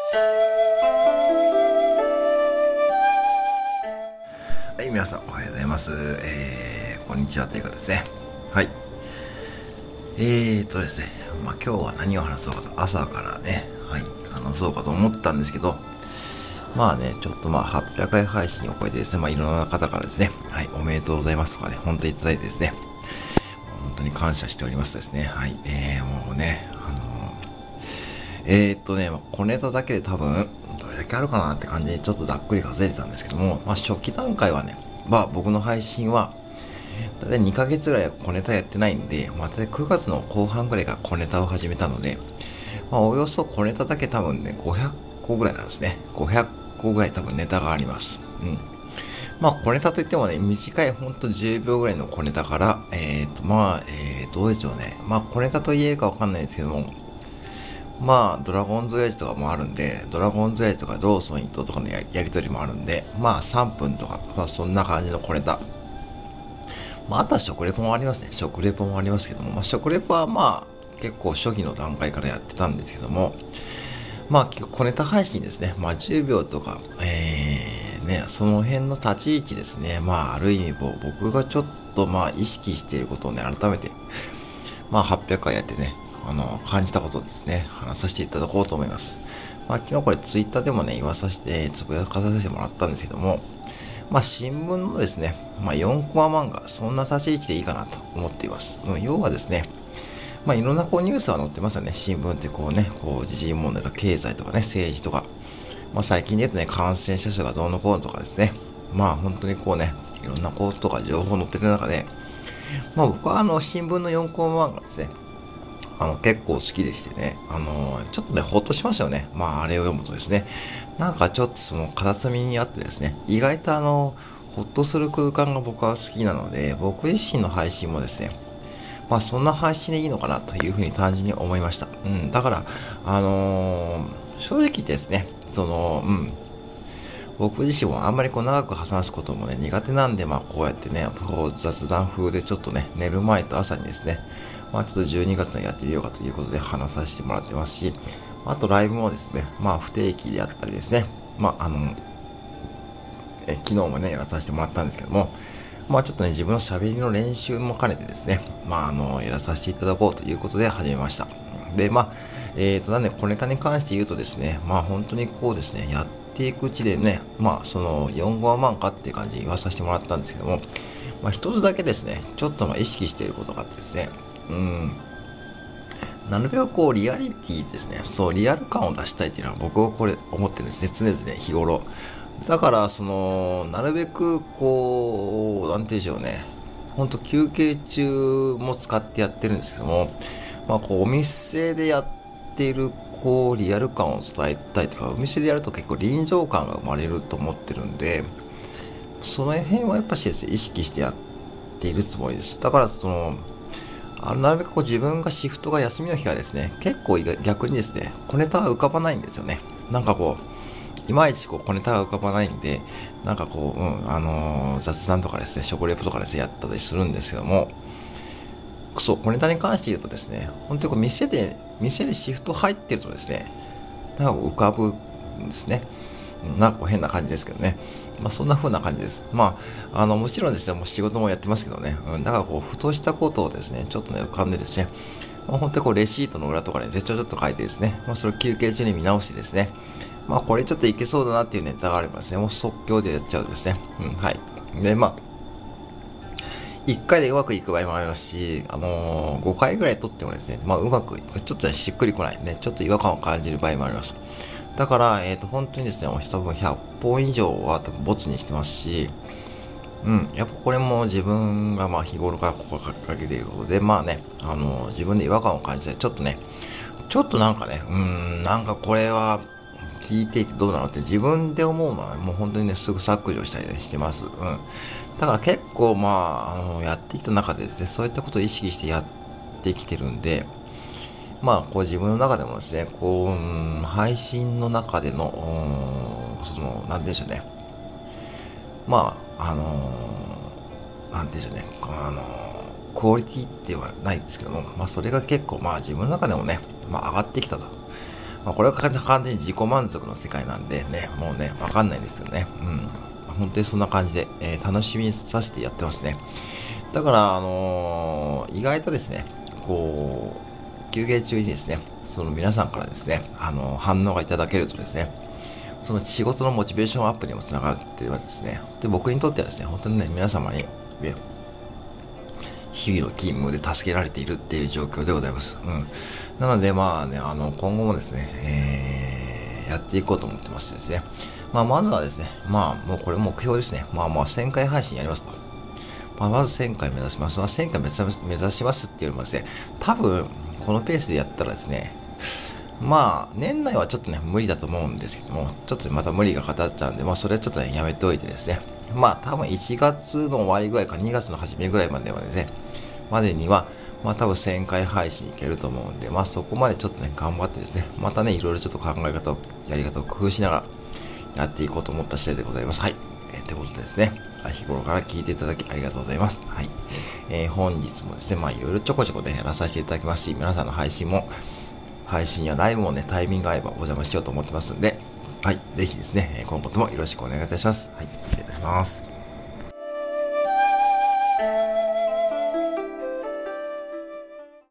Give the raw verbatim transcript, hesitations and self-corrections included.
はい、皆さんおはようございます。えー、こんにちはというかですね。はい。えーとですね、まあ今日は何を話そうかと、朝からね、はい、話そうかと思ったんですけど、まあね、ちょっとまあはっぴゃくかい配信を超えてですね、まあいろんな方からですね、はい、おめでとうございますとかね、本当にいただいてですね、本当に感謝しておりますですね。はい、えー、もうね、あのー、えーっとね、小ネタだけで多分、どれだけあるかなって感じでちょっとざっくり数えてたんですけども、まあ初期段階はね、まあ僕の配信は、だいたいにかげつぐらい小ネタやってないんで、またくがつの後半ぐらいから小ネタを始めたので、まあおよそ小ネタだけ多分ね、ごひゃっこぐらいなんですね。ごひゃっこぐらい多分ネタがあります。うん。まあ小ネタといってもね、短いほんとじゅうびょうぐらいの小ネタから、えーと、まあ、えー、どうでしょうね。まあ小ネタと言えるかわかんないですけども、まあ、ドラゴンズ親父とかもあるんで、ドラゴンズ親父とかローソン伊藤とかのやりやりとりもあるんで、まあさんぷんとか、まあそんな感じの小ネタ。まああとは食レポもありますね。食レポもありますけども、まあ食レポはまあ結構初期の段階からやってたんですけども、まあ結構小ネタ配信ですね。まあじゅうびょうとか、えー、ね、その辺の立ち位置ですね。まあある意味僕がちょっとまあ意識していることをね、改めて、まあはっぴゃっかいやってね、あの、感じたことですね、話させていただこうと思います。まあ昨日これツイッターでもね、言わさせて、つぶやかさせてもらったんですけども、まあ新聞のですね、まあよんコマ漫画、そんな立ち位置でいいかなと思っています。要はですね、まあいろんなこうニュースは載ってますよね。新聞ってこうね、こう時事問題とか経済とかね、政治とか、まあ最近で言うとね、感染者数がどうのこうのとかですね、まあ本当にこうね、いろんなこととか情報載ってる中で、まあ僕はあの新聞のよんコマ漫画ですね、あの、結構好きでしてね。あのー、ちょっとね、ほっとしますよね。まあ、あれを読むとですね。なんかちょっとその、片隅にあってですね。意外とあの、ほっとする空間が僕は好きなので、僕自身の配信もですね、まあ、そんな配信でいいのかなというふうに単純に思いました。うん。だから、あのー、正直ですね、その、うん。僕自身もあんまりこう長く話すこともね、苦手なんで、まあこうやってね、こう雑談風でちょっとね、寝る前と朝にですね、まあちょっとじゅうにがつにやってみようかということで話させてもらってますし、あとライブもですね、まあ不定期であったりですね、まああの、え昨日もね、やらさせてもらったんですけども、まあちょっとね、自分の喋りの練習も兼ねてですね、まああの、やらさせていただこうということで始めました。で、まあ、えーと、なんで、小ネタに関して言うとですね、まあ本当にこうですね、やっていくうちでね、まあそのよんコマ漫画っていう感じで言わさせてもらったんですけども、まあ一つだけですね、ちょっとまあ意識していることがあってですね、うん、なるべくこうリアリティですね、そう、リアル感を出したいっていうのは僕はこれ思ってるんですね、常々日頃。だから、その、なるべくこう、なんて言うんでしょうね、ほんと休憩中も使ってやってるんですけども、まあこうお店でやっているこうリアル感を伝えたいとか、お店でやると結構臨場感が生まれると思ってるんで、その辺はやっぱしですね、意識してやっているつもりです。だからその、あのなるべくこう自分がシフトが休みの日はですね、結構逆にですね、小ネタは浮かばないんですよね。なんかこう、いまいちこう小ネタが浮かばないんで、なんかこう、うん、あのー、雑談とかですね、食レポとかですね、やったりするんですけども、そう、小ネタに関して言うとですね、本当にこう店で、店でシフト入ってるとですね、なんか浮かぶんですね。なんか変な感じですけどね。まあそんな風な感じです。まあ、あの、もちろんですね、もう仕事もやってますけどね。うん、だからこう、ふとしたことをですね、ちょっとね、浮かんでですね、まあ本当にこう、レシートの裏とかね、絶頂ちょっと書いてですね、まあそれを休憩中に見直してですね、まあこれちょっといけそうだなっていうネタがあればですね、もう即興でやっちゃうとですね。うん、はい。で、まあ、いっかいでうまくいく場合もありますし、あのー、ごかいぐらい取ってもですね、まあうまく、ちょっとね、しっくりこないね、ちょっと違和感を感じる場合もあります。だから、えっ、ー、と、本当にですね、多分ひゃっぽん以上は多分ボツにしてますし、うん、やっぱこれも自分がまあ日頃から心がけていることで、まあね、あのー、自分で違和感を感じたり、ちょっとね、ちょっとなんかね、うーん、なんかこれは、聞いていてどうなのって自分で思うのは、ね、もう本当にね、すぐ削除したりね、してます。うん。だから結構まあ、あの、やってきた中でですね、そういったことを意識してやってきてるんで、まあ、こう自分の中でもですね、こう、うん、配信の中での、うん、その、なんて言うんでしょうね。まあ、あのー、なんて言うんでしょうね。あのー、クオリティではないですけども、まあ、それが結構、まあ、自分の中でもね、まあ、上がってきたと。 まあ、これは完全に自己満足の世界なんでね、もうね、わかんないんですけどね。うん。本当にそんな感じで、えー、楽しみさせてやってますね。だから、あのー、意外とですね、こう、休憩中にですね、その皆さんからですね、あのー、反応がいただけるとですね、その仕事のモチベーションアップにもつながってはですね、で僕にとってはですね、本当にね、皆様に、日々の勤務で助けられているっていう状況でございます。うん。なので、まあね、あの、今後もですね、えー、やっていこうと思ってましてですね。まあ、まずはですね、まあ、もうこれ目標ですね。まあまあ、せんかい配信やりますと。まあ、まずせんかい目指します。まあ、せんかい目指しますっていうよりもですね、多分、このペースでやったらですね、まあ、年内はちょっとね、無理だと思うんですけども、ちょっとまた無理が語っちゃうんで、まあ、それはちょっとね、やめておいてですね。まあ、多分いちがつの終わりぐらいかにがつの初めぐらいまではですね、までには、まあ多分せんかい配信いけると思うんで、まあそこまでちょっとね、頑張ってですね、またね、いろいろちょっと考え方を、やり方を工夫しながらやっていこうと思った次第でございます。はい。えー、ということでですね、日頃から聞いていただきありがとうございます。はい。えー、本日もですね、まあいろいろちょこちょこね、やらさせていただきますし、皆さんの配信も、配信やライブもね、タイミング合えばお邪魔しようと思ってますんで、はい。ぜひですね、今後ともよろしくお願いいたします。はい。失礼いたします。